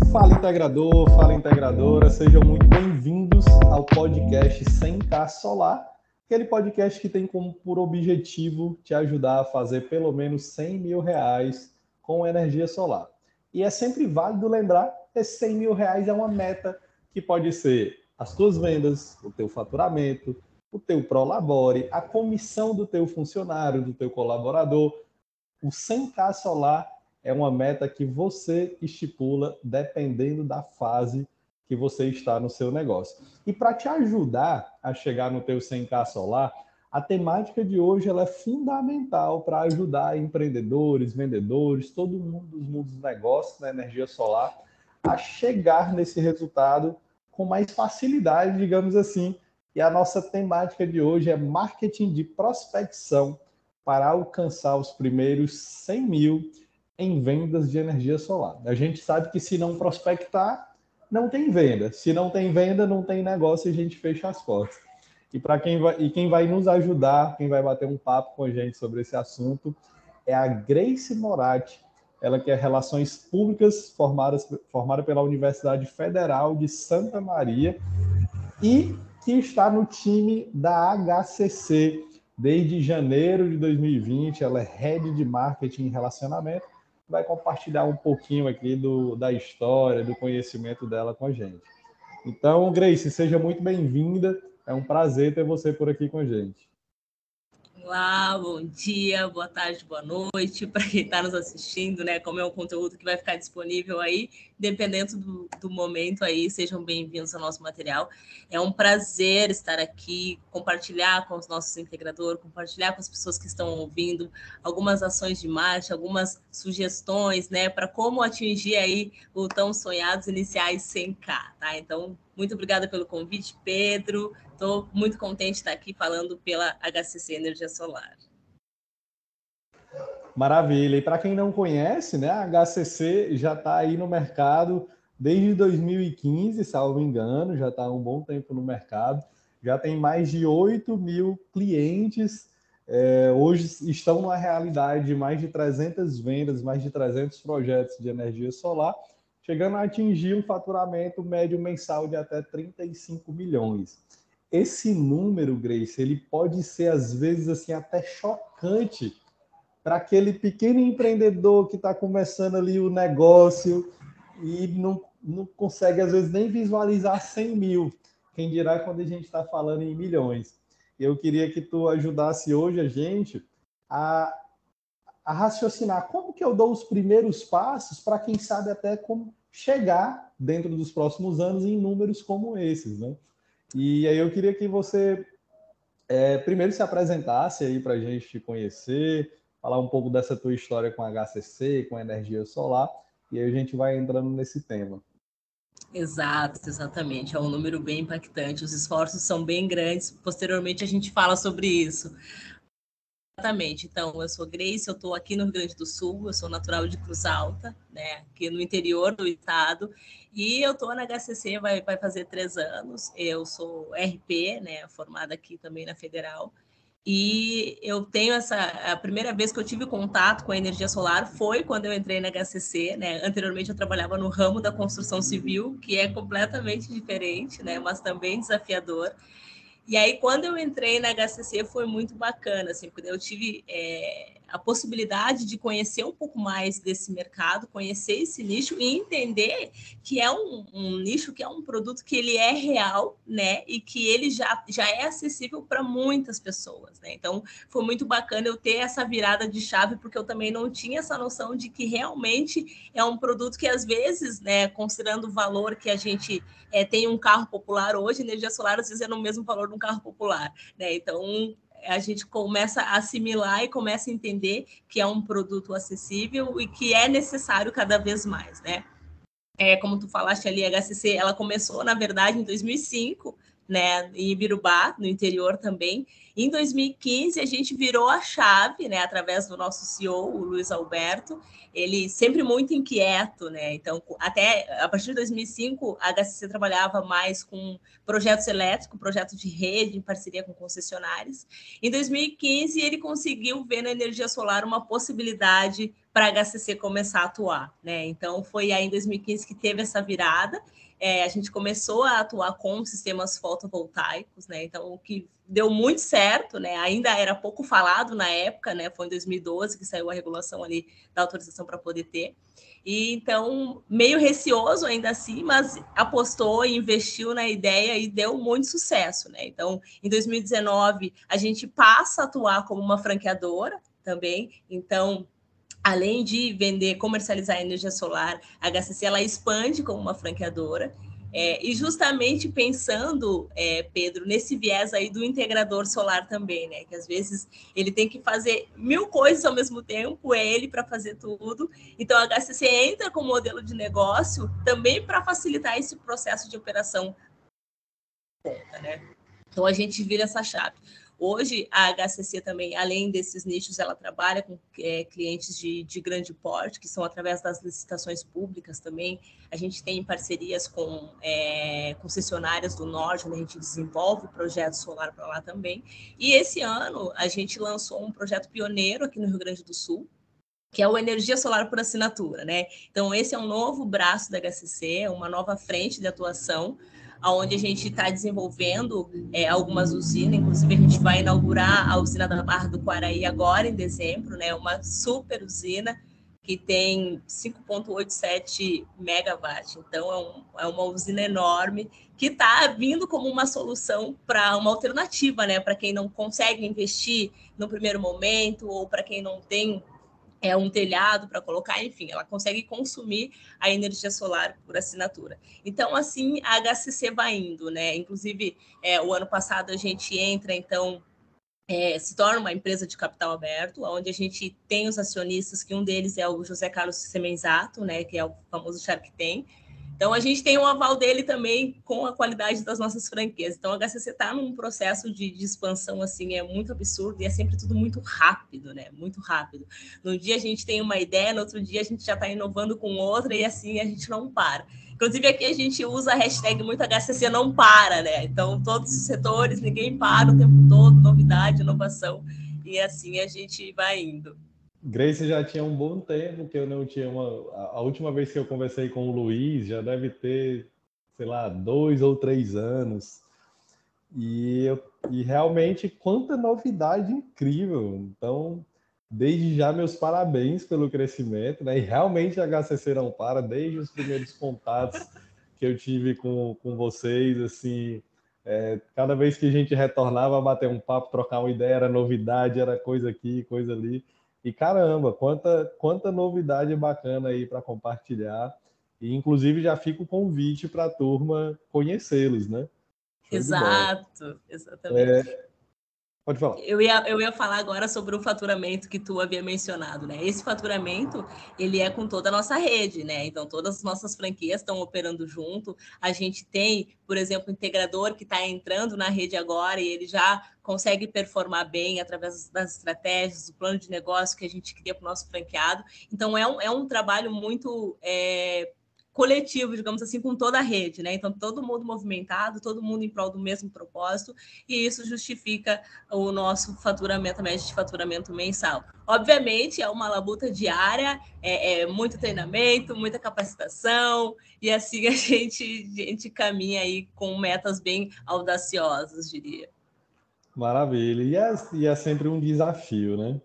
Fala integrador, fala integradora, sejam muito bem-vindos ao podcast 100K Solar, aquele podcast que tem como por objetivo te ajudar a fazer pelo menos R$100 mil com energia solar. E é sempre válido lembrar que esse R$100 mil é uma meta que pode ser as tuas vendas, o teu faturamento, o teu prolabore, a comissão do teu funcionário, do teu colaborador. O 100K Solar é uma meta que você estipula dependendo da fase que você está no seu negócio. E para te ajudar a chegar no teu 100K Solar, a temática de hoje ela é fundamental para ajudar empreendedores, vendedores, todo mundo dos mundos dos negócios na energia solar a chegar nesse resultado com mais facilidade, digamos assim. E a nossa temática de hoje é marketing de prospecção para alcançar os primeiros 100 mil em vendas de energia solar. A gente sabe que se não prospectar, não tem venda. Se não tem venda, não tem negócio e a gente fecha as portas. E para quem vai nos ajudar, quem vai bater um papo com a gente sobre esse assunto, é a Grace Moratti. Ela que é Relações Públicas, formada pela Universidade Federal de Santa Maria e que está no time da HCC desde janeiro de 2020. Ela é Head de Marketing e Relacionamento. Vai compartilhar um pouquinho aqui da história, do conhecimento dela com a gente. Então, Grace, seja muito bem-vinda. É um prazer ter você por aqui com a gente. Olá, bom dia, boa tarde, boa noite para quem está nos assistindo, né? Como é um conteúdo que vai ficar disponível aí, dependendo do momento aí, sejam bem-vindos ao nosso material. É um prazer estar aqui, compartilhar com os nossos integradores, compartilhar com as pessoas que estão ouvindo algumas ações de marketing, algumas sugestões, né, para como atingir aí o tão sonhados iniciais 100K, tá? Então, muito obrigada pelo convite, Pedro. Estou muito contente de estar aqui falando pela HCC Energia Solar. Maravilha. E para quem não conhece, né, a HCC já está aí no mercado desde 2015, salvo engano, já está há um bom tempo no mercado. Já tem mais de 8 mil clientes. Hoje estão na realidade de mais de 300 vendas, mais de 300 projetos de energia solar, chegando a atingir um faturamento médio mensal de até 35 milhões. Esse número, Grace, ele pode ser, às vezes, assim, até chocante para aquele pequeno empreendedor que está começando ali o negócio e não consegue, às vezes, nem visualizar 100 mil. Quem dirá quando a gente está falando em milhões. Eu queria que tu ajudasse hoje a gente a raciocinar como que eu dou os primeiros passos para, quem sabe, até como chegar dentro dos próximos anos em números como esses, né? E aí eu queria que você primeiro se apresentasse aí para a gente te conhecer, falar um pouco dessa tua história com a HCC, com a energia solar, e aí a gente vai entrando nesse tema. Exato, exatamente. É um número bem impactante, os esforços são bem grandes, posteriormente a gente fala sobre isso. Exatamente. Então, eu sou Grace, eu estou aqui no Rio Grande do Sul, eu sou natural de Cruz Alta, né, aqui no interior do estado, e eu estou na HCC, vai fazer 3 anos, eu sou RP, né, formada aqui também na Federal, e eu tenho a primeira vez que eu tive contato com a energia solar foi quando eu entrei na HCC, né, anteriormente eu trabalhava no ramo da construção civil, que é completamente diferente, né, mas também desafiador. E aí, quando eu entrei na HCC, foi muito bacana, assim, porque eu tive a possibilidade de conhecer um pouco mais desse mercado, conhecer esse nicho e entender que é um nicho, que é um produto que ele é real, né? E que ele já é acessível para muitas pessoas, né? Então, foi muito bacana eu ter essa virada de chave, porque eu também não tinha essa noção de que realmente é um produto que, às vezes, né, considerando o valor que a gente tem um carro popular hoje, energia solar, às vezes é no mesmo valor de um carro popular, né? Então, a gente começa a assimilar e começa a entender que é um produto acessível e que é necessário cada vez mais, né? Como tu falaste ali, a HCC, ela começou, na verdade, em 2005, né, em Ibirubá, no interior também, Em 2015, a gente virou a chave, né, através do nosso CEO, o Luiz Alberto, ele sempre muito inquieto, né? Então, até a partir de 2005, a HCC trabalhava mais com projetos elétricos, projetos de rede, em parceria com concessionários. Em 2015, ele conseguiu ver na energia solar uma possibilidade para a HCC começar a atuar, né? Então, foi aí em 2015 que teve essa virada. A gente começou a atuar com sistemas fotovoltaicos, né? Então, o que deu muito certo, né? Ainda era pouco falado na época, né? Foi em 2012 que saiu a regulação ali da autorização para poder ter. E então, meio receoso ainda assim, mas apostou e investiu na ideia e deu muito sucesso, né? Então, em 2019, a gente passa a atuar como uma franqueadora também. Então, além de vender, comercializar energia solar, a HCC ela expande como uma franqueadora. E justamente pensando, Pedro, nesse viés aí do integrador solar também, né? Que às vezes ele tem que fazer 1000 coisas ao mesmo tempo, é ele para fazer tudo. Então a HCC entra com um modelo de negócio também para facilitar esse processo de operação, né? Então a gente vira essa chave. Hoje, a HCC também, além desses nichos, ela trabalha com clientes de grande porte, que são através das licitações públicas também. A gente tem parcerias com concessionárias do Norte, onde a gente desenvolve projeto solar para lá também. E esse ano, a gente lançou um projeto pioneiro aqui no Rio Grande do Sul, que é o Energia Solar por Assinatura, né? Então, esse é um novo braço da HCC, uma nova frente de atuação, onde a gente está desenvolvendo algumas usinas, inclusive a gente vai inaugurar a usina da Barra do Quaraí agora em dezembro, né? Uma super usina que tem 5,87 megawatts, então é uma usina enorme que está vindo como uma solução para uma alternativa, né? Para quem não consegue investir no primeiro momento ou para quem não tem um telhado para colocar, enfim, ela consegue consumir a energia solar por assinatura. Então, assim, a HCC vai indo, né? Inclusive, o ano passado a gente entra, então, se torna uma empresa de capital aberto, onde a gente tem os acionistas, que um deles é o José Carlos Semenzato, né? Que é o famoso Shark Tank. Então, a gente tem o aval dele também com a qualidade das nossas franquias. Então, a HCC está num processo de expansão, assim, é muito absurdo e é sempre tudo muito rápido, né? Muito rápido. Num dia a gente tem uma ideia, no outro dia a gente já está inovando com outra e assim a gente não para. Inclusive, aqui a gente usa a hashtag muito HCC não para, né? Então, todos os setores, ninguém para o tempo todo, novidade, inovação, e assim a gente vai indo. Grace, já tinha um bom tempo que eu não tinha A última vez que eu conversei com o Luiz já deve ter, sei lá, 2 ou 3 anos. E realmente, quanta novidade incrível. Então, desde já, meus parabéns pelo crescimento, né? E realmente a HCC não para, desde os primeiros contatos que eu tive com vocês, assim, cada vez que a gente retornava a bater um papo, trocar uma ideia, era novidade, era coisa aqui, coisa ali. E caramba, quanta novidade bacana aí para compartilhar. E inclusive já fica o convite para a turma conhecê-los, né? Show de bola. Exato, exatamente. Pode falar. Eu ia falar agora sobre o faturamento que tu havia mencionado, né? Esse faturamento, ele é com toda a nossa rede, né? Então, todas as nossas franquias estão operando junto. A gente tem, por exemplo, um integrador que está entrando na rede agora e ele já consegue performar bem através das estratégias, do plano de negócio que a gente cria para o nosso franqueado. Então, é um trabalho muito coletivo, digamos assim, com toda a rede, né? Então, todo mundo movimentado, todo mundo em prol do mesmo propósito, e isso justifica o nosso faturamento, a média de faturamento mensal. Obviamente, é uma labuta diária, muito treinamento, muita capacitação, e assim a gente caminha aí com metas bem audaciosas, diria. Maravilha. E é sempre um desafio, né?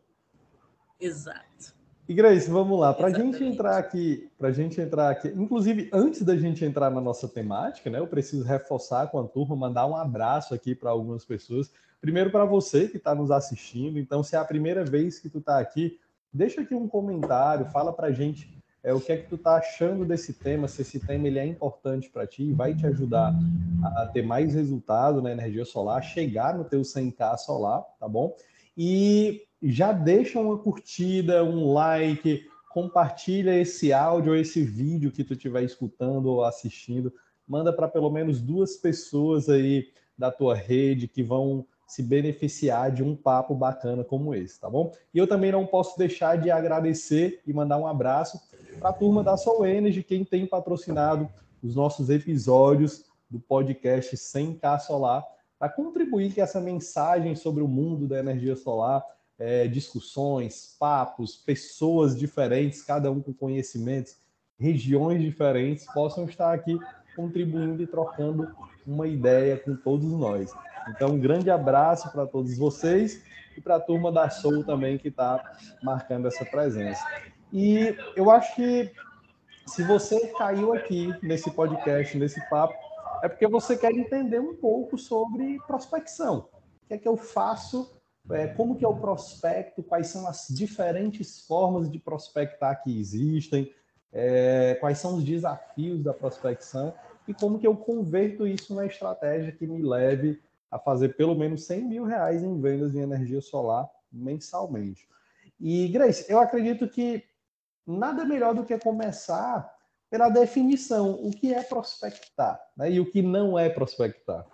Exato. E Grace, vamos lá, para a gente entrar aqui, inclusive antes da gente entrar na nossa temática, né? Eu preciso reforçar com a turma, mandar um abraço aqui para algumas pessoas. Primeiro para você que está nos assistindo. Então, se é a primeira vez que tu está aqui, deixa aqui um comentário, fala para a gente o que é que tu está achando desse tema, se esse tema ele é importante para ti, vai te ajudar a ter mais resultado na energia solar, chegar no teu 100K solar, tá bom? E já deixa uma curtida, um like, compartilha esse áudio ou esse vídeo que tu estiver escutando ou assistindo, manda para pelo menos 2 pessoas aí da tua rede que vão se beneficiar de um papo bacana como esse, tá bom? E eu também não posso deixar de agradecer e mandar um abraço para a turma da Soul Energy, quem tem patrocinado os nossos episódios do podcast 100K Solar, para contribuir com essa mensagem sobre o mundo da energia solar, discussões, papos, pessoas diferentes, cada um com conhecimentos, regiões diferentes, possam estar aqui contribuindo e trocando uma ideia com todos nós. Então, um grande abraço para todos vocês e para a turma da Soul também que está marcando essa presença. E eu acho que se você caiu aqui nesse podcast, nesse papo, é porque você quer entender um pouco sobre prospecção. O que é que eu faço? Como que é o prospecto? Quais são as diferentes formas de prospectar que existem? Quais são os desafios da prospecção? E como que eu converto isso na estratégia que me leve a fazer pelo menos 100 mil reais em vendas de energia solar mensalmente? E, Grace, eu acredito que nada melhor do que começar pela definição, o que é prospectar, né? E o que não é prospectar.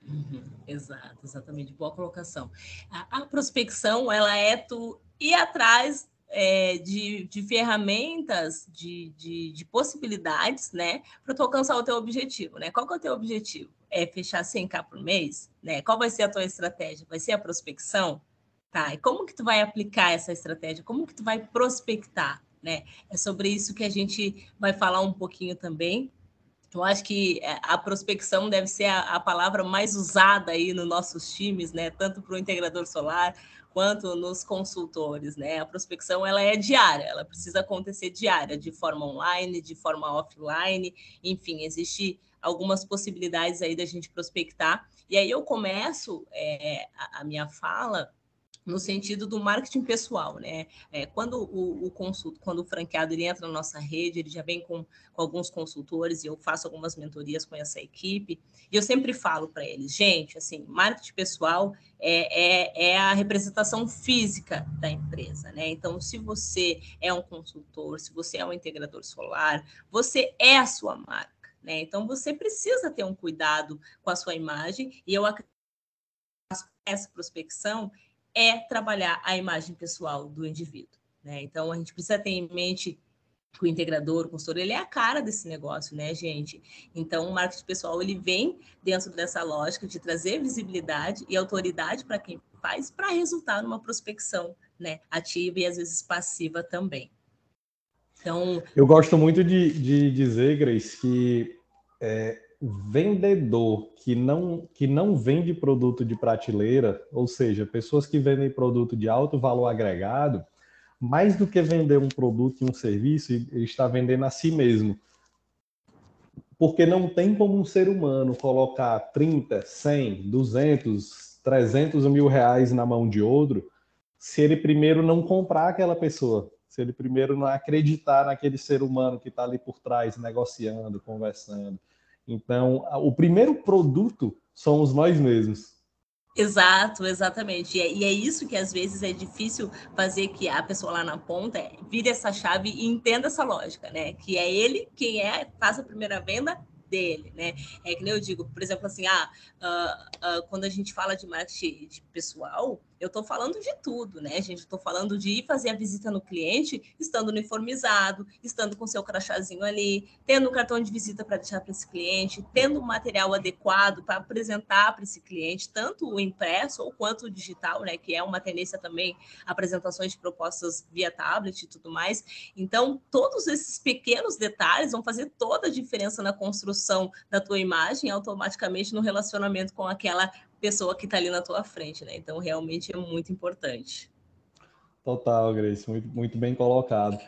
Exato, exatamente, boa colocação. A prospecção, ela é tu ir atrás de ferramentas, de possibilidades, né, para tu alcançar o teu objetivo, né? Qual que é o teu objetivo? É fechar 100K por mês, né? Qual vai ser a tua estratégia? Vai ser a prospecção? Tá, e como que tu vai aplicar essa estratégia? Como que tu vai prospectar, né? É sobre isso que a gente vai falar um pouquinho também. Eu acho que a prospecção deve ser a palavra mais usada aí nos nossos times, né? Tanto para o integrador solar quanto nos consultores, né? A prospecção ela é diária, ela precisa acontecer diária, de forma online, de forma offline, enfim, existe algumas possibilidades aí da gente prospectar. E aí eu começo a minha fala no sentido do marketing pessoal, né? Quando quando o franqueado ele entra na nossa rede, ele já vem com alguns consultores e eu faço algumas mentorias com essa equipe. E eu sempre falo para eles, gente, assim, marketing pessoal é a representação física da empresa, né? Então, se você é um consultor, se você é um integrador solar, você é a sua marca, né? Então, você precisa ter um cuidado com a sua imagem e eu acredito que essa prospecção é trabalhar a imagem pessoal do indivíduo, né? Então, a gente precisa ter em mente que o integrador, o consultor, ele é a cara desse negócio, né, gente? Então, o marketing pessoal, ele vem dentro dessa lógica de trazer visibilidade e autoridade para quem faz, para resultar numa prospecção, né, ativa e, às vezes, passiva também. Então... Eu gosto muito de dizer, Grace, que vendedor que não vende produto de prateleira, ou seja, pessoas que vendem produto de alto valor agregado, mais do que vender um produto e um serviço, ele está vendendo a si mesmo. Porque não tem como um ser humano colocar 30, 100, 200, 300 mil reais na mão de outro se ele primeiro não comprar aquela pessoa, se ele primeiro não acreditar naquele ser humano que está ali por trás, negociando, conversando. Então, o primeiro produto somos nós mesmos. Exato, exatamente. E é isso que às vezes é difícil fazer que a pessoa lá na ponta vire essa chave e entenda essa lógica, né? Que é ele quem faz a primeira venda dele, né? É que nem eu digo, por exemplo, assim, quando a gente fala de marketing de pessoal, eu estou falando de tudo, né, gente? Estou falando de ir fazer a visita no cliente, estando uniformizado, estando com seu crachazinho ali, tendo um cartão de visita para deixar para esse cliente, tendo um material adequado para apresentar para esse cliente, tanto o impresso ou quanto o digital, né? Que é uma tendência também, apresentações de propostas via tablet e tudo mais. Então, todos esses pequenos detalhes vão fazer toda a diferença na construção da tua imagem, automaticamente no relacionamento com aquela pessoa que está ali na tua frente, né? Então, realmente é muito importante. Total, Grace, muito, muito bem colocado.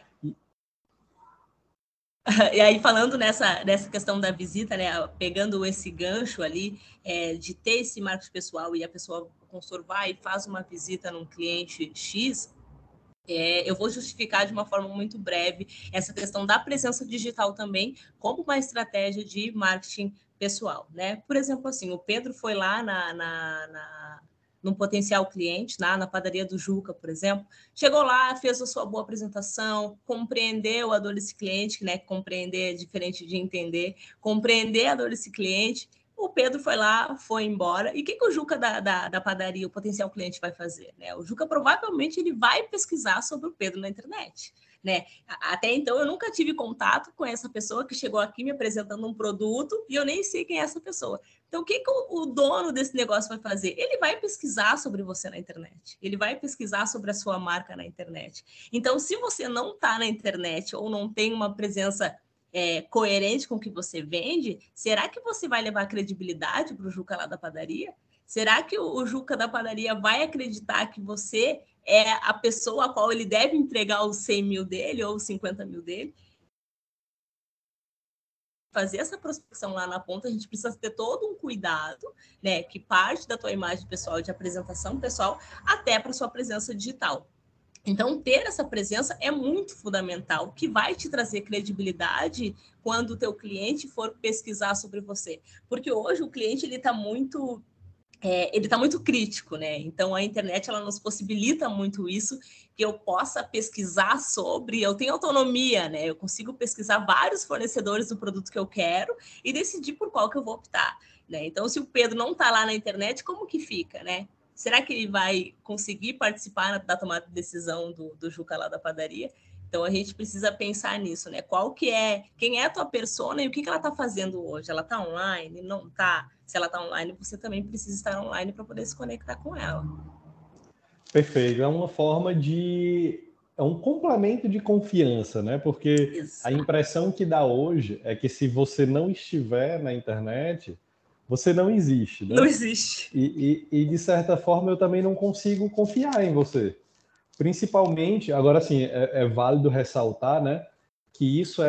E aí, falando nessa questão da visita, né, pegando esse gancho ali, de ter esse marketing pessoal e a pessoa, o consultor vai e faz uma visita num cliente X, eu vou justificar de uma forma muito breve essa questão da presença digital também como uma estratégia de marketing pessoal, né? Por exemplo, assim, o Pedro foi lá num potencial cliente, na padaria do Juca, por exemplo, chegou lá, fez a sua boa apresentação, compreendeu a dor desse cliente, né? Compreender é diferente de entender, compreender a dor desse cliente, O Pedro foi lá, foi embora. E o que o Juca da padaria, o potencial cliente, vai fazer? Né? O Juca provavelmente ele vai pesquisar sobre o Pedro na internet. Né? Até então, eu nunca tive contato com essa pessoa que chegou aqui me apresentando um produto e eu nem sei quem é essa pessoa. Então, o que o dono desse negócio vai fazer? Ele vai pesquisar sobre você na internet. Ele vai pesquisar sobre a sua marca na internet. Então, se você não está na internet ou não tem uma presença coerente com o que você vende, será que você vai levar credibilidade para o Juca lá da padaria? Será que o Juca da padaria vai acreditar que você é a pessoa a qual ele deve entregar os 100 mil dele ou os 50 mil dele? Fazer essa prospecção lá na ponta, a gente precisa ter todo um cuidado, né, que parte da tua imagem pessoal, de apresentação pessoal, até para sua presença digital. Então, ter essa presença é muito fundamental, que vai te trazer credibilidade quando o teu cliente for pesquisar sobre você. Porque hoje o cliente ele está muito crítico, né? Então, a internet ela nos possibilita muito isso, que eu possa pesquisar sobre, eu tenho autonomia, né? Eu consigo pesquisar vários fornecedores do produto que eu quero e decidir por qual que eu vou optar, né? Então, se o Pedro não está lá na internet, como que fica, né? Será que ele vai conseguir participar da tomada de decisão do Juca lá da padaria? Então, a gente precisa pensar nisso, né? Quem é a tua persona e o que ela está fazendo hoje? Ela está online? Não está? Se ela está online, você também precisa estar online para poder se conectar com ela. Perfeito. É uma forma é um complemento de confiança, né? Porque Exato. a impressão que dá hoje é que se você não estiver na internet, você não existe, né? Não existe. E de certa forma eu também não consigo confiar em você. Principalmente, agora sim, é válido ressaltar, né, que isso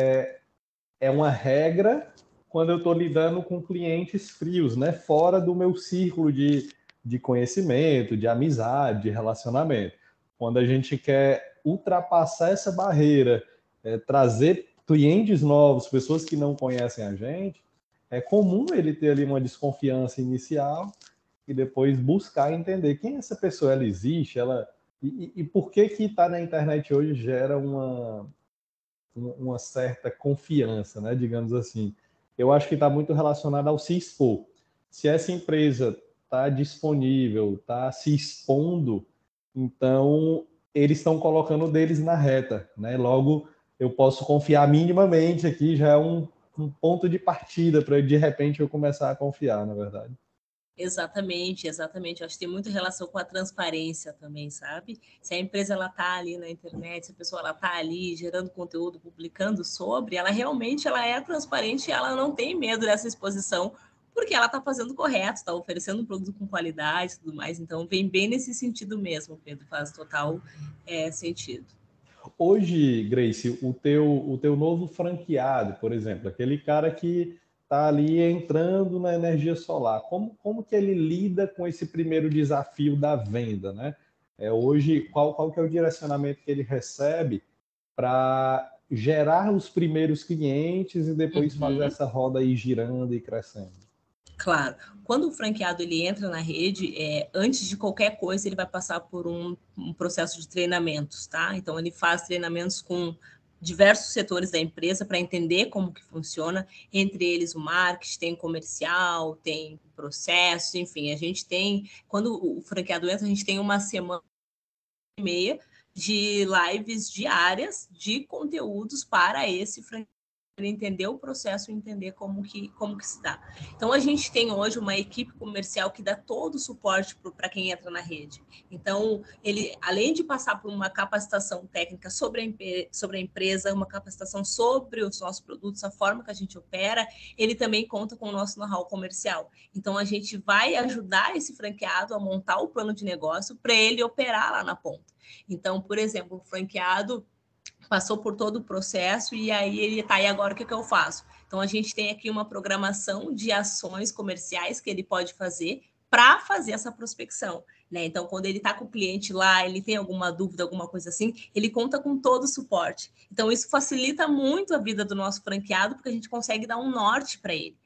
é uma regra quando eu estou lidando com clientes frios, né, fora do meu círculo de conhecimento, de amizade, de relacionamento. Quando a gente quer ultrapassar essa barreira, trazer clientes novos, pessoas que não conhecem a gente, é comum ele ter ali uma desconfiança inicial e depois buscar entender quem essa pessoa ela existe, e por que está na internet hoje gera uma certa confiança, né, digamos assim. Eu acho que está muito relacionado ao se expor. Se essa empresa está disponível, está se expondo, então eles estão colocando deles na reta, né? Logo, eu posso confiar minimamente aqui, já é um ponto de partida para de repente eu começar a confiar, na verdade. Exatamente, exatamente. Eu acho que tem muita relação com a transparência também, sabe? Se a empresa ela tá ali na internet, se a pessoa ela tá ali gerando conteúdo, publicando sobre, ela realmente ela é transparente e ela não tem medo dessa exposição, porque ela está fazendo correto, está oferecendo um produto com qualidade e tudo mais. Então, vem bem nesse sentido mesmo, Pedro, faz total sentido. Hoje, Grace, o teu novo franqueado, por exemplo, aquele cara que está ali entrando na energia solar, como que ele lida com esse primeiro desafio da venda, né? Hoje, qual que é o direcionamento que ele recebe para gerar os primeiros clientes e depois fazer essa roda aí girando e crescendo? Claro, quando o franqueado ele entra na rede, antes de qualquer coisa, ele vai passar por um processo de treinamentos, tá? Então, ele faz treinamentos com diversos setores da empresa para entender como que funciona, entre eles o marketing, tem comercial, tem processos, enfim, a gente tem, quando o franqueado entra, a gente tem uma semana e meia de lives diárias de conteúdos para esse franqueado entender o processo e entender como que se dá. Então, a gente tem hoje uma equipe comercial que dá todo o suporte para quem entra na rede. Então, ele, além de passar por uma capacitação técnica sobre a empresa, uma capacitação sobre os nossos produtos, a forma que a gente opera, ele também conta com o nosso know-how comercial. Então, a gente vai ajudar esse franqueado a montar o plano de negócio para ele operar lá na ponta. Então, por exemplo, o franqueado passou por todo o processo e aí ele está aí agora, o que eu faço? Então, a gente tem aqui uma programação de ações comerciais que ele pode fazer para fazer essa prospecção, né? Então, quando ele está com o cliente lá, ele tem alguma dúvida, alguma coisa assim, ele conta com todo o suporte. Então, isso facilita muito a vida do nosso franqueado, porque a gente consegue dar um norte para ele.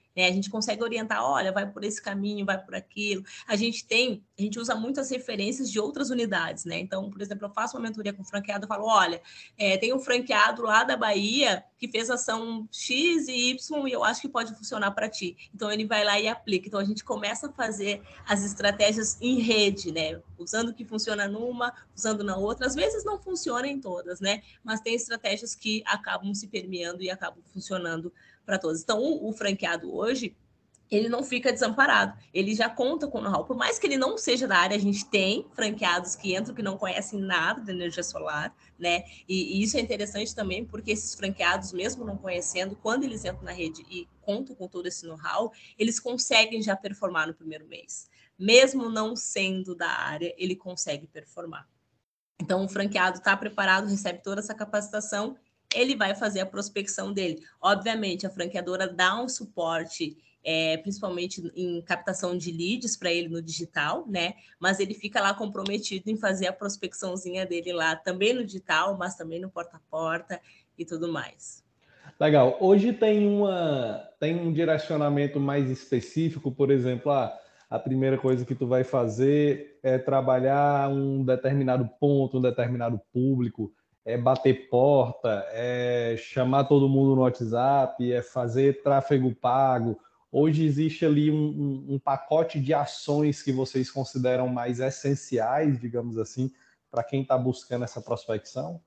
né? A gente consegue orientar, olha, vai por esse caminho, vai por aquilo. A gente usa muitas referências de outras unidades, né? Então, por exemplo, eu faço uma mentoria com franqueado, eu falo, olha, tem um franqueado lá da Bahia que fez ação X e Y e eu acho que pode funcionar para ti. Então, ele vai lá e aplica. Então, a gente começa a fazer as estratégias em rede, né? Usando o que funciona numa, usando na outra. Às vezes não funciona em todas, né? Mas tem estratégias que acabam se permeando e acabam funcionando para todos. Então, o franqueado hoje, ele não fica desamparado, ele já conta com know-how. Por mais que ele não seja da área, a gente tem franqueados que entram que não conhecem nada de energia solar, né? E isso é interessante também, porque esses franqueados, mesmo não conhecendo, quando eles entram na rede e contam com todo esse know-how, eles conseguem já performar no primeiro mês. Mesmo não sendo da área, ele consegue performar. Então, o franqueado está preparado, recebe toda essa capacitação, ele vai fazer a prospecção dele. Obviamente, a franqueadora dá um suporte, principalmente em captação de leads para ele no digital, né? Mas ele fica lá comprometido em fazer a prospecçãozinha dele lá, também no digital, mas também no porta a porta e tudo mais. Legal. Hoje tem um direcionamento mais específico, por exemplo, a primeira coisa que tu vai fazer é trabalhar um determinado ponto, um determinado público, é bater porta, é chamar todo mundo no WhatsApp, é fazer tráfego pago. Hoje existe ali um pacote de ações que vocês consideram mais essenciais, digamos assim, para quem está buscando essa prospecção?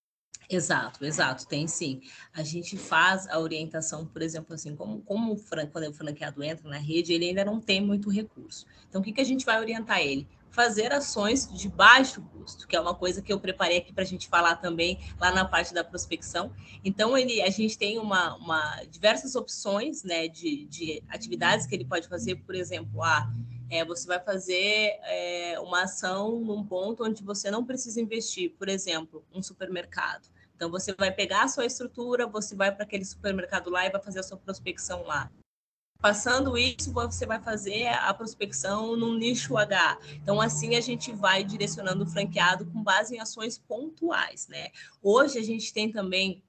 Exato, tem sim. A gente faz a orientação, por exemplo, assim, como quando o franqueado entra na rede, ele ainda não tem muito recurso. Então, o que a gente vai orientar ele? Fazer ações de baixo custo, que é uma coisa que eu preparei aqui para a gente falar também lá na parte da prospecção. Então, a gente tem diversas opções, né, de atividades que ele pode fazer, por exemplo, você vai fazer uma ação num ponto onde você não precisa investir, por exemplo, um supermercado. Então, você vai pegar a sua estrutura, você vai para aquele supermercado lá e vai fazer a sua prospecção lá. Passando isso, você vai fazer a prospecção no nicho H. Então, assim, a gente vai direcionando o franqueado com base em ações pontuais, né? Hoje, a gente tem também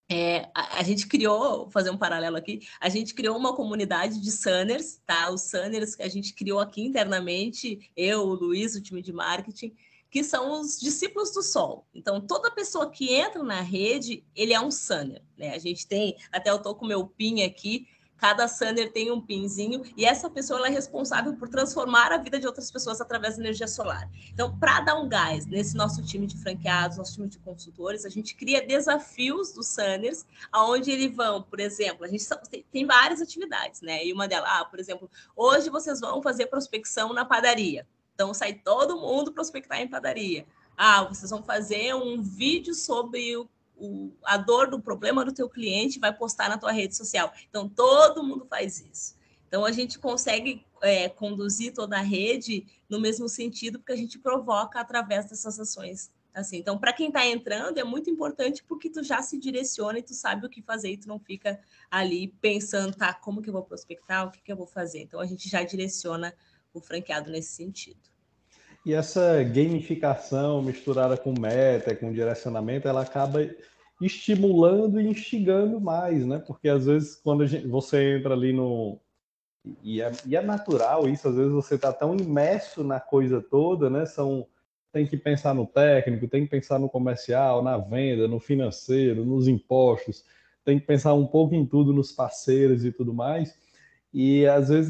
a gente criou, vou fazer um paralelo aqui, a gente criou uma comunidade de Sunners, tá? Os Sunners que a gente criou aqui internamente, eu, o Luiz, o time de marketing, que são os discípulos do Sol. Então, toda pessoa que entra na rede, ele é um Sunner, né? A gente tem, até eu tô com o meu pin aqui, cada Sunner tem um pinzinho, e essa pessoa ela é responsável por transformar a vida de outras pessoas através da energia solar. Então, para dar um gás nesse nosso time de franqueados, nosso time de consultores, a gente cria desafios dos Sunners, aonde eles vão, por exemplo, a gente tem várias atividades, né? E uma delas, por exemplo, hoje vocês vão fazer prospecção na padaria. Então, sai todo mundo prospectar em padaria. Vocês vão fazer um vídeo sobre a dor do problema do teu cliente, vai postar na tua rede social. Então, todo mundo faz isso. Então, a gente consegue conduzir toda a rede no mesmo sentido, porque a gente provoca através dessas ações. Assim, então, para quem está entrando, é muito importante porque tu já se direciona e tu sabe o que fazer e tu não fica ali pensando, tá, como que eu vou prospectar, o que eu vou fazer. Então, a gente já direciona o franqueado nesse sentido. E essa gamificação misturada com meta, com direcionamento, ela acaba estimulando e instigando mais, né? Porque às vezes quando você entra ali no... E é natural isso, às vezes você está tão imerso na coisa toda, né? Tem que pensar no técnico, tem que pensar no comercial, na venda, no financeiro, nos impostos, tem que pensar um pouco em tudo, nos parceiros e tudo mais. E às vezes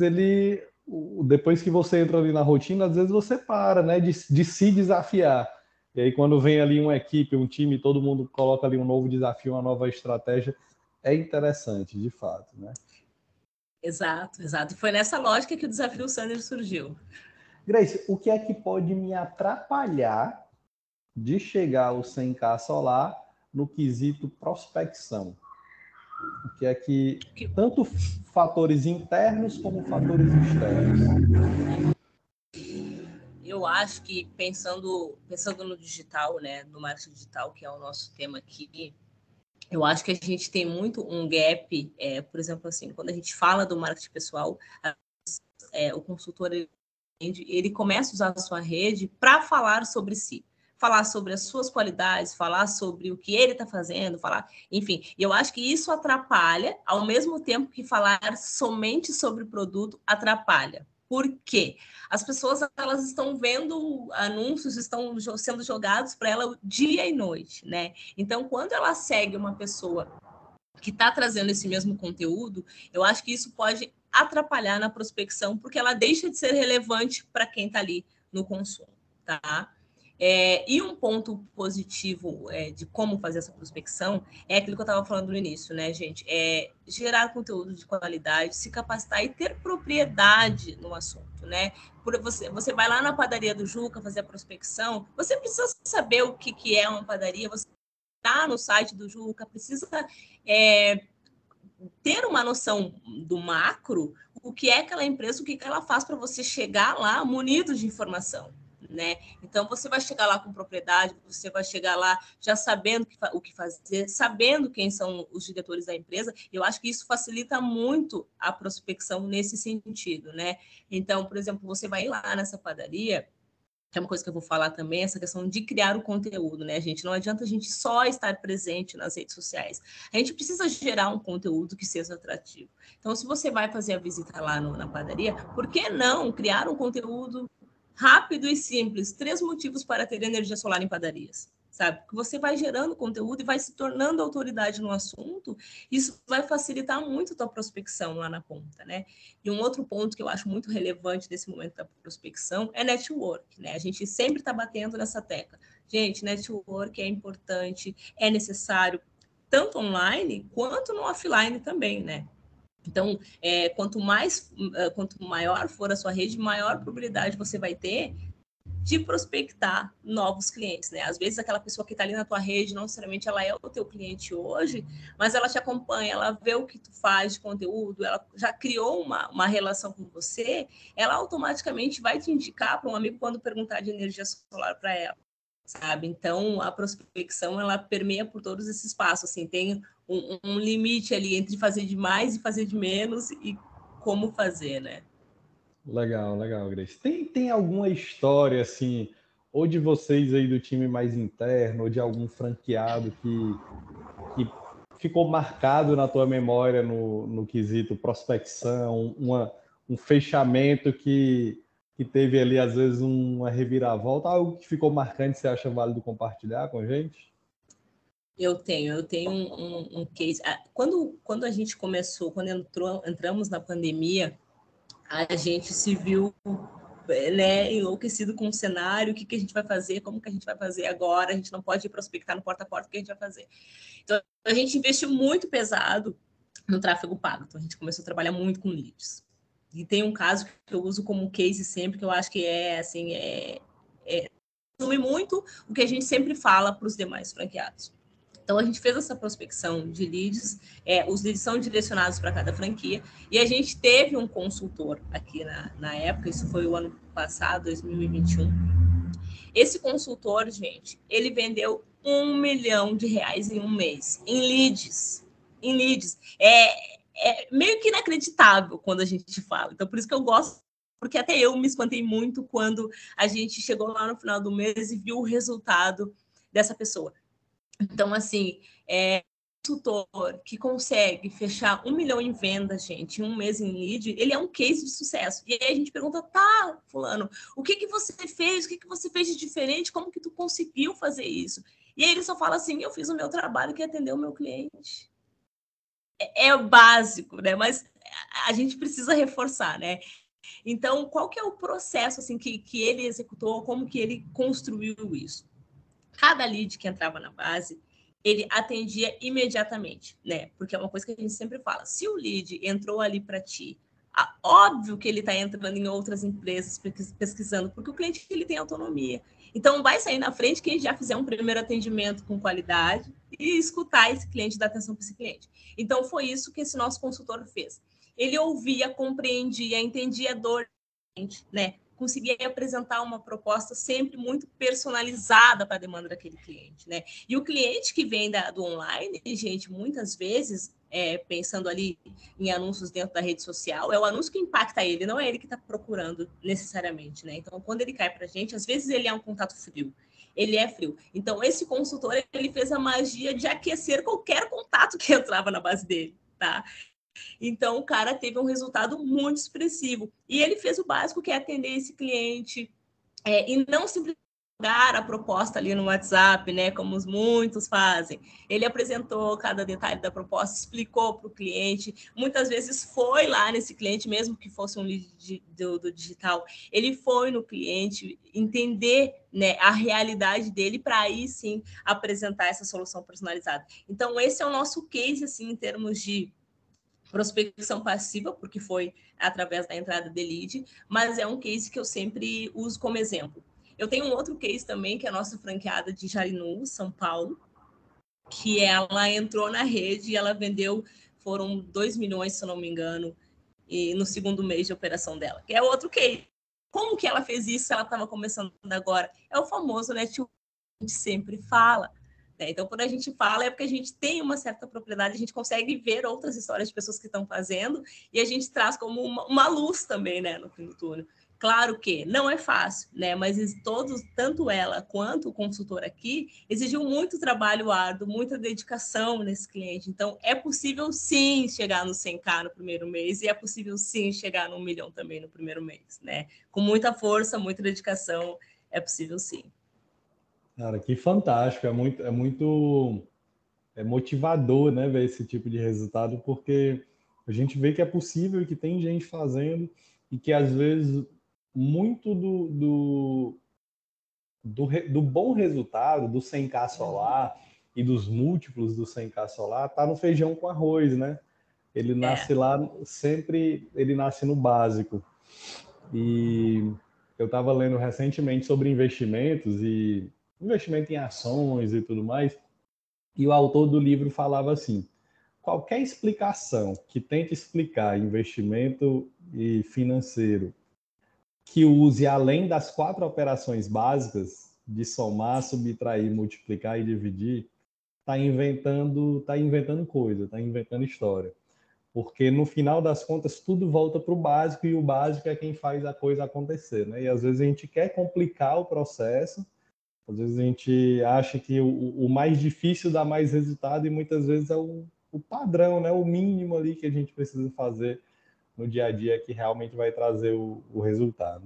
depois que você entra ali na rotina, às vezes você para, né, de se desafiar. E aí quando vem ali uma equipe, um time, todo mundo coloca ali um novo desafio, uma nova estratégia, é interessante, de fato, né? Exato. E foi nessa lógica que o desafio Sanders surgiu. Grace, o que é que pode me atrapalhar de chegar ao 100K solar no quesito prospecção? O que é que tanto fatores internos como fatores externos? Eu acho que pensando no digital, né, no marketing digital, que é o nosso tema aqui, eu acho que a gente tem muito um gap, por exemplo, assim, quando a gente fala do marketing pessoal, o consultor ele começa a usar a sua rede para falar sobre si. falar sobre as suas qualidades, falar sobre o que ele está fazendo, falar, enfim. E eu acho que isso atrapalha, ao mesmo tempo que falar somente sobre o produto atrapalha. Por quê? As pessoas, elas estão vendo anúncios, estão sendo jogados para ela dia e noite, né? Então, quando ela segue uma pessoa que está trazendo esse mesmo conteúdo, eu acho que isso pode atrapalhar na prospecção, porque ela deixa de ser relevante para quem está ali no consumo, tá? E um ponto positivo de como fazer essa prospecção é aquilo que eu estava falando no início, né, gente? Gerar conteúdo de qualidade, se capacitar e ter propriedade no assunto, né? Por você vai lá na padaria do Juca fazer a prospecção, você precisa saber o que é uma padaria, você está no site do Juca, precisa ter uma noção do macro, o que é aquela empresa, o que ela faz para você chegar lá munido de informação, né? Então, você vai chegar lá com propriedade, você vai chegar lá já sabendo o que fazer, sabendo quem são os diretores da empresa. Eu acho que isso facilita muito a prospecção nesse sentido, né? Então, por exemplo, você vai lá nessa padaria, que é uma coisa que eu vou falar também, essa questão de criar o conteúdo, né, gente? Não adianta a gente só estar presente nas redes sociais. A gente precisa gerar um conteúdo que seja atrativo. Então, se você vai fazer a visita lá na padaria, por que não criar um conteúdo rápido e simples? 3 motivos para ter energia solar em padarias. Sabe? Que você vai gerando conteúdo e vai se tornando autoridade no assunto, isso vai facilitar muito a tua prospecção lá na ponta, né? E um outro ponto que eu acho muito relevante nesse momento da prospecção é network, né? A gente sempre está batendo nessa tecla. Gente, network é importante, é necessário, tanto online quanto no offline também, né? Então, quanto maior for a sua rede, maior probabilidade você vai ter de prospectar novos clientes, né? Às vezes aquela pessoa que está ali na tua rede, não necessariamente ela é o teu cliente hoje, mas ela te acompanha, ela vê o que tu faz de conteúdo, ela já criou uma relação com você, ela automaticamente vai te indicar para um amigo quando perguntar de energia solar para ela, sabe? Então, a prospecção, ela permeia por todos esses passos, assim, tem um limite ali entre fazer de mais e fazer de menos e como fazer, né? Legal, legal, Grace. Tem alguma história, assim, ou de vocês aí do time mais interno, ou de algum franqueado que ficou marcado na tua memória no quesito prospecção, um fechamento que teve ali, às vezes, uma reviravolta, algo que ficou marcante, você acha válido compartilhar com a gente? Eu tenho um case. Quando a gente começou, quando entramos na pandemia, a gente se viu, né, enlouquecido com o cenário, o que a gente vai fazer, como que a gente vai fazer agora, a gente não pode ir prospectar no porta a porta, o que a gente vai fazer? Então, a gente investiu muito pesado no tráfego pago, então a gente começou a trabalhar muito com leads. E tem um caso que eu uso como case sempre, que eu acho que resume muito o que a gente sempre fala para os demais franqueados. Então, a gente fez essa prospecção de leads, os leads são direcionados para cada franquia, e a gente teve um consultor aqui na época, isso foi o ano passado, 2021. Esse consultor, gente, ele vendeu R$ 1 milhão em um mês, em leads. Em leads. É meio que inacreditável quando a gente fala. Então, por isso que eu gosto, porque até eu me espantei muito quando a gente chegou lá no final do mês e viu o resultado dessa pessoa. Então, assim, consultor que consegue fechar 1 milhão em vendas, gente, em um mês em lead, ele é um case de sucesso. E aí a gente pergunta, tá, fulano, o que você fez? O que você fez de diferente? Como que tu conseguiu fazer isso? E aí ele só fala assim, eu fiz o meu trabalho que é atender o meu cliente. É o básico, né? Mas a gente precisa reforçar, né? Então, qual que é o processo assim que ele executou? Como que ele construiu isso? Cada lead que entrava na base, ele atendia imediatamente, né? Porque é uma coisa que a gente sempre fala. Se o lead entrou ali para ti, óbvio que ele está entrando em outras empresas pesquisando, porque o cliente ele tem autonomia. Então, vai sair na frente quem já fizer um primeiro atendimento com qualidade e escutar esse cliente, dar atenção para esse cliente. Então, foi isso que esse nosso consultor fez. Ele ouvia, compreendia, entendia a dor, né? Conseguia apresentar uma proposta sempre muito personalizada para a demanda daquele cliente, né? E o cliente que vem do online, gente, muitas vezes, pensando ali em anúncios dentro da rede social, é o anúncio que impacta ele, não é ele que está procurando necessariamente, né? Então, quando ele cai para a gente, às vezes ele é um contato frio. ele é frio. Então, esse consultor, ele fez a magia de aquecer qualquer contato que entrava na base dele, tá? Então, o cara teve um resultado muito expressivo. E ele fez o básico, que é atender esse cliente, e não simplesmente jogar a proposta ali no WhatsApp, né, como muitos fazem. Ele apresentou cada detalhe da proposta, explicou para o cliente, muitas vezes foi lá nesse cliente, mesmo que fosse um lead do digital, ele foi no cliente entender, né, a realidade dele para aí sim apresentar essa solução personalizada. Então, esse é o nosso case, assim, em termos de prospecção passiva, porque foi através da entrada de lead, mas é um case que eu sempre uso como exemplo. Eu tenho um outro case também, que é a nossa franqueada de Jarinu, São Paulo, que ela entrou na rede e ela vendeu, foram 2 milhões, se eu não me engano, e no segundo mês de operação dela, que é outro case. Como que ela fez isso se ela estava começando agora? É o famoso network que a gente sempre fala. Então, quando a gente fala, é porque a gente tem uma certa propriedade, a gente consegue ver outras histórias de pessoas que estão fazendo e a gente traz como uma luz também, né, no fim do túnel. Claro que não é fácil, né? Mas todos, tanto ela quanto o consultor aqui, exigiu muito trabalho árduo, muita dedicação nesse cliente. Então, é possível sim chegar no 100K no primeiro mês e é possível sim chegar no 1 milhão também no primeiro mês, né? Com muita força, muita dedicação, é possível sim. Cara, que fantástico, é motivador, né, ver esse tipo de resultado, porque a gente vê que é possível e que tem gente fazendo e que às vezes muito do bom resultado, do 100K solar e dos múltiplos do 100K solar, tá no feijão com arroz, né? Ele nasce lá, sempre ele nasce no básico. E eu estava lendo recentemente sobre investimentos e investimento em ações e tudo mais, e o autor do livro falava assim: qualquer explicação que tente explicar investimento e financeiro que use além das 4 operações básicas de somar, subtrair, multiplicar e dividir, tá inventando coisa, tá inventando história. Porque no final das contas tudo volta para o básico e o básico é quem faz a coisa acontecer, né? E às vezes a gente quer complicar o processo, às vezes a gente acha que o mais difícil dá mais resultado e muitas vezes é o padrão, né? O mínimo ali que a gente precisa fazer no dia a dia que realmente vai trazer o resultado.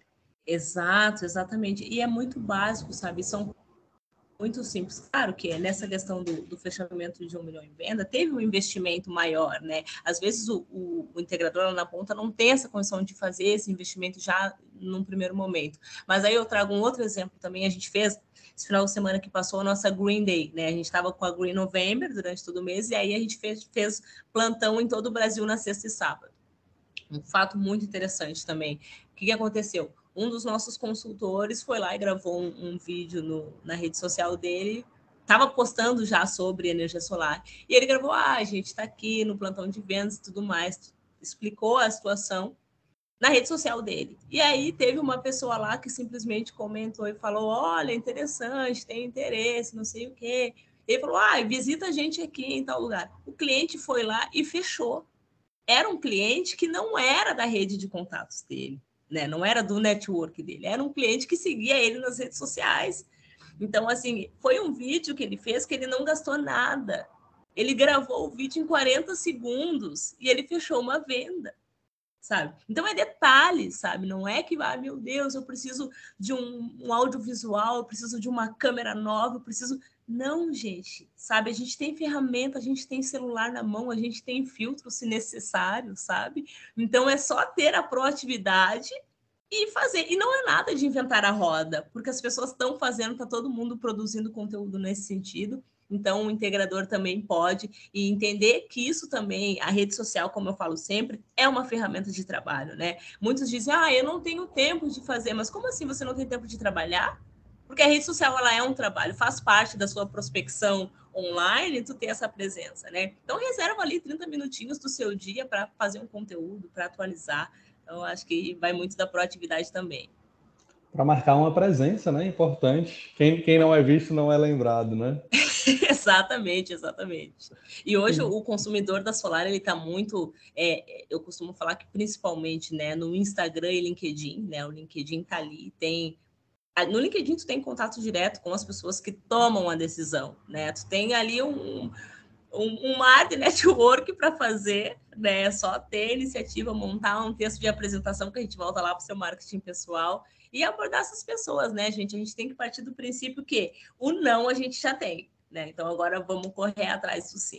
Exato, exatamente. E é muito básico, sabe? São muito simples. Claro que nessa questão do fechamento de 1 milhão em venda, teve um investimento maior, né? Às vezes o integrador lá na ponta não tem essa condição de fazer esse investimento já num primeiro momento. Mas aí eu trago um outro exemplo também. A gente fez, esse final de semana que passou, a nossa Green Day, né? A gente estava com a Green November durante todo o mês, e aí a gente fez plantão em todo o Brasil na sexta e sábado. Um fato muito interessante também. O que aconteceu? Um dos nossos consultores foi lá e gravou um vídeo na rede social dele, estava postando já sobre energia solar, e ele gravou, a gente está aqui no plantão de vendas e tudo mais, explicou a situação na rede social dele. E aí teve uma pessoa lá que simplesmente comentou e falou, olha, interessante, tem interesse, não sei o quê. Ele falou, visita a gente aqui em tal lugar. O cliente foi lá e fechou. Era um cliente que não era da rede de contatos dele, né? Não era do network dele, era um cliente que seguia ele nas redes sociais. Então, assim, foi um vídeo que ele fez que ele não gastou nada. Ele gravou o vídeo em 40 segundos e ele fechou uma venda, sabe? Então é detalhes, sabe? Não é que, meu Deus, eu preciso de um audiovisual, eu preciso de uma câmera nova, eu preciso... Não, gente, sabe? A gente tem ferramenta, a gente tem celular na mão, a gente tem filtro se necessário, sabe? Então é só ter a proatividade e fazer. E não é nada de inventar a roda, porque as pessoas estão fazendo, está todo mundo produzindo conteúdo nesse sentido. Então, o integrador também pode e entender que isso também, a rede social, como eu falo sempre, é uma ferramenta de trabalho, né? Muitos dizem, eu não tenho tempo de fazer, mas como assim você não tem tempo de trabalhar? Porque a rede social, ela é um trabalho, faz parte da sua prospecção online, tu ter essa presença, né? Então, reserva ali 30 minutinhos do seu dia para fazer um conteúdo, para atualizar. Então, acho que vai muito da proatividade também. Para marcar uma presença, né? Importante. Quem não é visto não é lembrado, né? Exatamente, exatamente. E hoje o consumidor da Solar, ele está muito, eu costumo falar que principalmente, né, no Instagram e LinkedIn, né, o LinkedIn está ali, tem No LinkedIn, tu tem contato direto com as pessoas que tomam a decisão, né? Tu tem ali um mar de network para fazer, né? É só ter iniciativa, montar um texto de apresentação, que a gente volta lá para o seu marketing pessoal e abordar essas pessoas, né, gente? A gente tem que partir do princípio que o não a gente já tem, né? Então agora vamos correr atrás disso sim.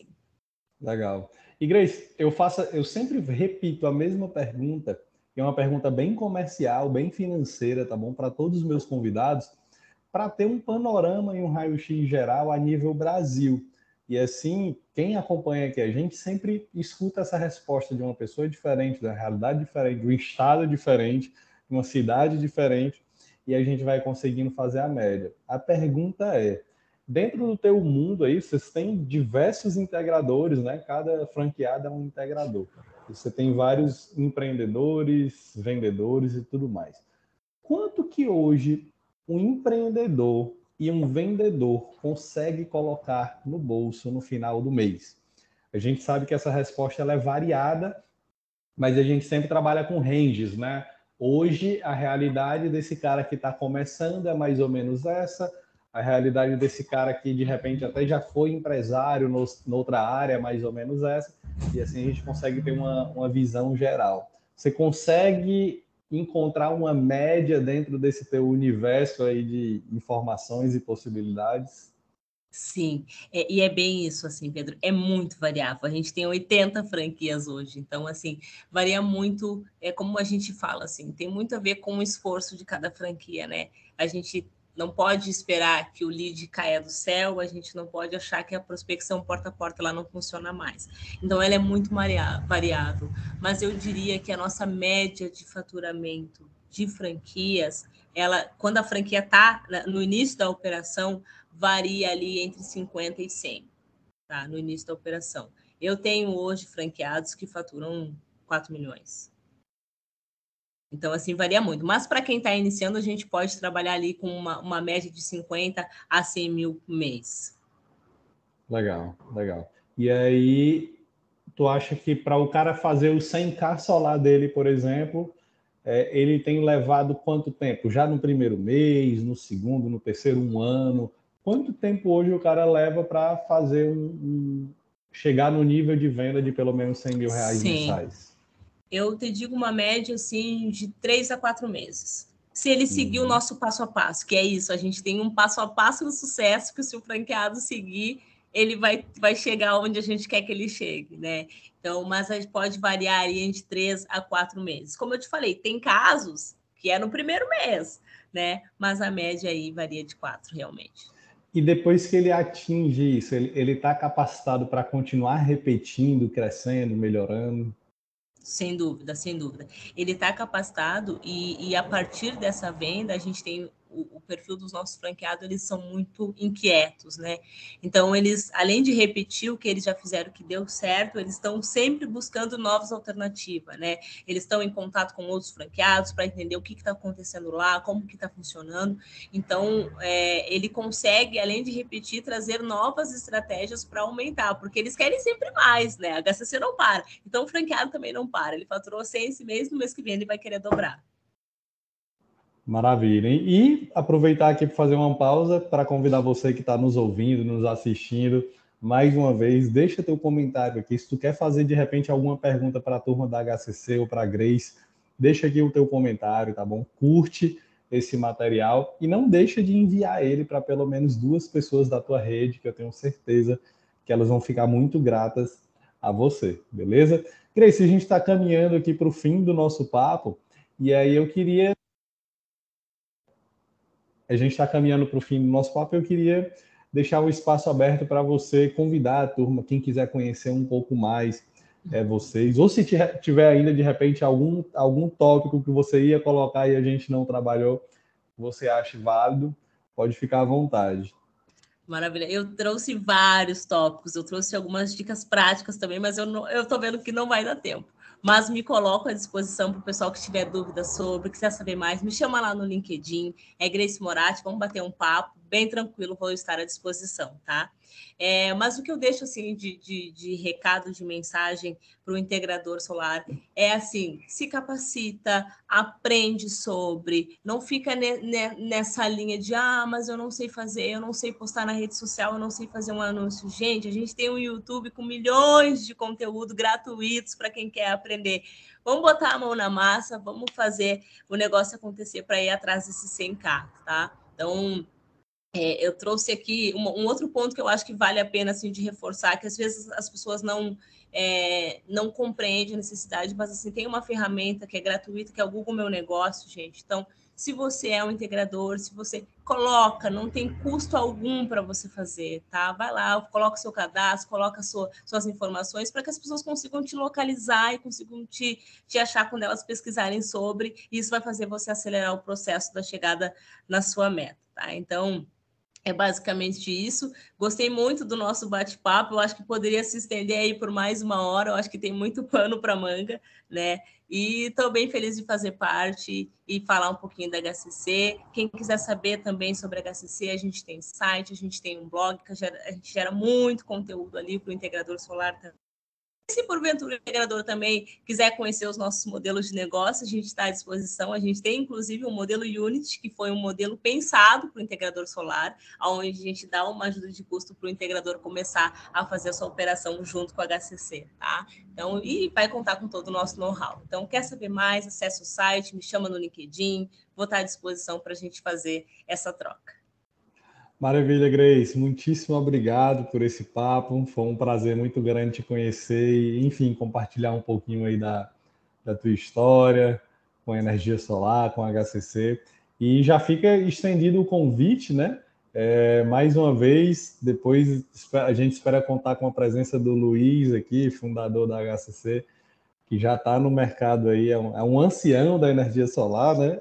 Legal. E Grace, eu sempre repito a mesma pergunta, que é uma pergunta bem comercial, bem financeira, tá bom? Para todos os meus convidados, para ter um panorama e um raio-x geral a nível Brasil. E assim, quem acompanha aqui a gente sempre escuta essa resposta de uma pessoa diferente, da realidade diferente, de um estado diferente, de uma cidade diferente, e a gente vai conseguindo fazer a média. A pergunta é, dentro do teu mundo aí, vocês têm diversos integradores, né? Cada franqueada é um integrador. Você tem vários empreendedores, vendedores e tudo mais. Quanto que hoje um empreendedor e um vendedor consegue colocar no bolso no final do mês? A gente sabe que essa resposta ela é variada, mas a gente sempre trabalha com ranges, né? Hoje, a realidade desse cara que está começando é mais ou menos essa, a realidade desse cara que, de repente, até já foi empresário noutra área é mais ou menos essa, e assim a gente consegue ter uma visão geral. Você consegue encontrar uma média dentro desse teu universo aí de informações e possibilidades? Sim, e é bem isso, assim, Pedro, é muito variável. A gente tem 80 franquias hoje, então, assim, varia muito, como a gente fala, assim, tem muito a ver com o esforço de cada franquia, né? A gente não pode esperar que o lead caia do céu, a gente não pode achar que a prospecção porta a porta lá não funciona mais. Então, ela é muito variável, mas eu diria que a nossa média de faturamento de franquias, ela, quando a franquia está no início da operação, varia ali entre 50 e 100, tá? No início da operação. Eu tenho hoje franqueados que faturam 4 milhões. Então, assim, varia muito. Mas para quem está iniciando, a gente pode trabalhar ali com uma média de 50 a 100 mil por mês. Legal, legal. E aí, tu acha que para o cara fazer o 100K solar dele, por exemplo, ele tem levado quanto tempo? Já no primeiro mês, no segundo, no terceiro, um ano? Quanto tempo hoje o cara leva para fazer chegar no nível de venda de pelo menos 100 mil reais mensais? Eu te digo uma média assim de 3 a 4 meses. Se ele seguir o nosso passo a passo, que é isso, a gente tem um passo a passo do sucesso que se o franqueado seguir, ele vai chegar onde a gente quer que ele chegue, né? Então, mas a gente pode variar aí entre 3 a 4 meses. Como eu te falei, tem casos que é no primeiro mês, né? Mas a média aí varia de 4, realmente. E depois que ele atinge isso, ele está capacitado para continuar repetindo, crescendo, melhorando? Sem dúvida, sem dúvida. Ele está capacitado e a partir dessa venda, a gente tem o perfil dos nossos franqueados, eles são muito inquietos, né? Então, eles, além de repetir o que eles já fizeram que deu certo, eles estão sempre buscando novas alternativas, né? Eles estão em contato com outros franqueados para entender o que está acontecendo lá, como que está funcionando. Então, ele consegue, além de repetir, trazer novas estratégias para aumentar, porque eles querem sempre mais, né? A HCC não para. Então, o franqueado também não para. Ele faturou 100 esse mês, no mês que vem ele vai querer dobrar. Maravilha. E aproveitar aqui para fazer uma pausa para convidar você que está nos ouvindo, nos assistindo, mais uma vez, deixa teu comentário aqui. Se tu quer fazer, de repente, alguma pergunta para a turma da HCC ou para a Grace, deixa aqui o teu comentário, tá bom? Curte esse material e não deixa de enviar ele para pelo menos 2 pessoas da tua rede, que eu tenho certeza que elas vão ficar muito gratas a você, beleza? Grace, a gente está caminhando aqui para o fim do nosso papo, e aí eu queria... A gente está caminhando para o fim do nosso papo. Eu queria deixar o espaço aberto para você convidar a turma, quem quiser conhecer um pouco mais vocês, ou se tiver ainda de repente algum tópico que você ia colocar e a gente não trabalhou, você acha válido, pode ficar à vontade. Maravilha. Eu trouxe vários tópicos, eu trouxe algumas dicas práticas também, mas eu estou vendo que não vai dar tempo. Mas me coloco à disposição para o pessoal que tiver dúvidas sobre, quiser saber mais, me chama lá no LinkedIn, é Grace Moratti, vamos bater um papo, bem tranquilo, vou estar à disposição, tá? Mas o que eu deixo assim de recado, de mensagem para o integrador solar é assim: se capacita, aprende sobre, não fica nessa linha de mas eu não sei fazer, eu não sei postar na rede social, eu não sei fazer um anúncio. Gente, a gente tem um YouTube com milhões de conteúdo gratuitos para quem quer aprender. Vamos botar a mão na massa, vamos fazer o negócio acontecer para ir atrás desses 100K, tá? Então, eu trouxe aqui um outro ponto que eu acho que vale a pena assim, de reforçar, que às vezes as pessoas não compreendem a necessidade, mas assim, tem uma ferramenta que é gratuita, que é o Google Meu Negócio, gente. Então, se você é um integrador, se você coloca, não tem custo algum para você fazer, tá? Vai lá, coloca o seu cadastro, coloca suas informações para que as pessoas consigam te localizar e consigam te achar quando elas pesquisarem sobre, e isso vai fazer você acelerar o processo da chegada na sua meta, tá? Então, é basicamente isso. Gostei muito do nosso bate-papo. Eu acho que poderia se estender aí por mais 1 hora. Eu acho que tem muito pano para manga, né? E estou bem feliz de fazer parte e falar um pouquinho da HCC. Quem quiser saber também sobre a HCC, a gente tem site, a gente tem um blog, que a gente gera muito conteúdo ali para o integrador solar também. Se porventura o integrador também quiser conhecer os nossos modelos de negócio, a gente está à disposição. A gente tem, inclusive, um modelo Unity, que foi um modelo pensado para o integrador solar, onde a gente dá uma ajuda de custo para o integrador começar a fazer a sua operação junto com a HCC, tá? Então, e vai contar com todo o nosso know-how. Então, quer saber mais? Acesse o site, me chama no LinkedIn, vou estar à disposição para a gente fazer essa troca. Maravilha, Grace. Muitíssimo obrigado por esse papo. Foi um prazer muito grande te conhecer e, enfim, compartilhar um pouquinho aí da tua história com a energia solar, com a HCC. E já fica estendido o convite, né? Mais uma vez, depois a gente espera contar com a presença do Luiz aqui, fundador da HCC, que já está no mercado aí, é um ancião da energia solar, né?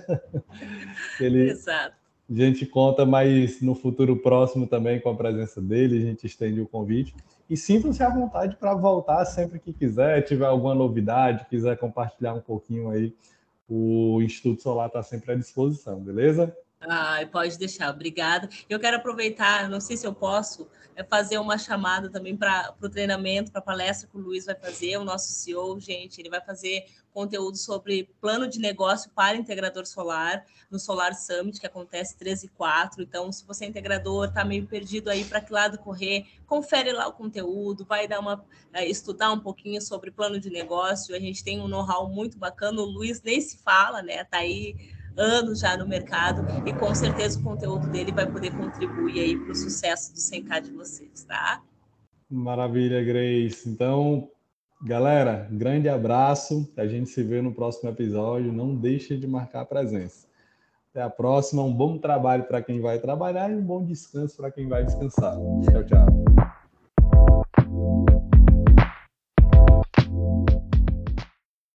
Exato. A gente conta mais no futuro próximo também com a presença dele, a gente estende o convite. E sintam-se à vontade para voltar sempre que quiser, tiver alguma novidade, quiser compartilhar um pouquinho aí, o Instituto Solar está sempre à disposição, beleza? Pode deixar, obrigada. Eu quero aproveitar, não sei se eu posso, fazer uma chamada também para o treinamento, para a palestra que o Luiz vai fazer, o nosso CEO, gente, ele vai fazer conteúdo sobre plano de negócio para integrador solar, no Solar Summit, que acontece 13 e 4. Então, se você é integrador, está meio perdido aí para que lado correr, confere lá o conteúdo, vai estudar um pouquinho sobre plano de negócio. A gente tem um know-how muito bacana, o Luiz nem se fala, né? Está aí anos já no mercado e com certeza o conteúdo dele vai poder contribuir aí para o sucesso do 100K de vocês, tá? Maravilha, Grace. Então, galera, grande abraço. A gente se vê no próximo episódio. Não deixe de marcar a presença. Até a próxima. Um bom trabalho para quem vai trabalhar e um bom descanso para quem vai descansar. Tchau, tchau.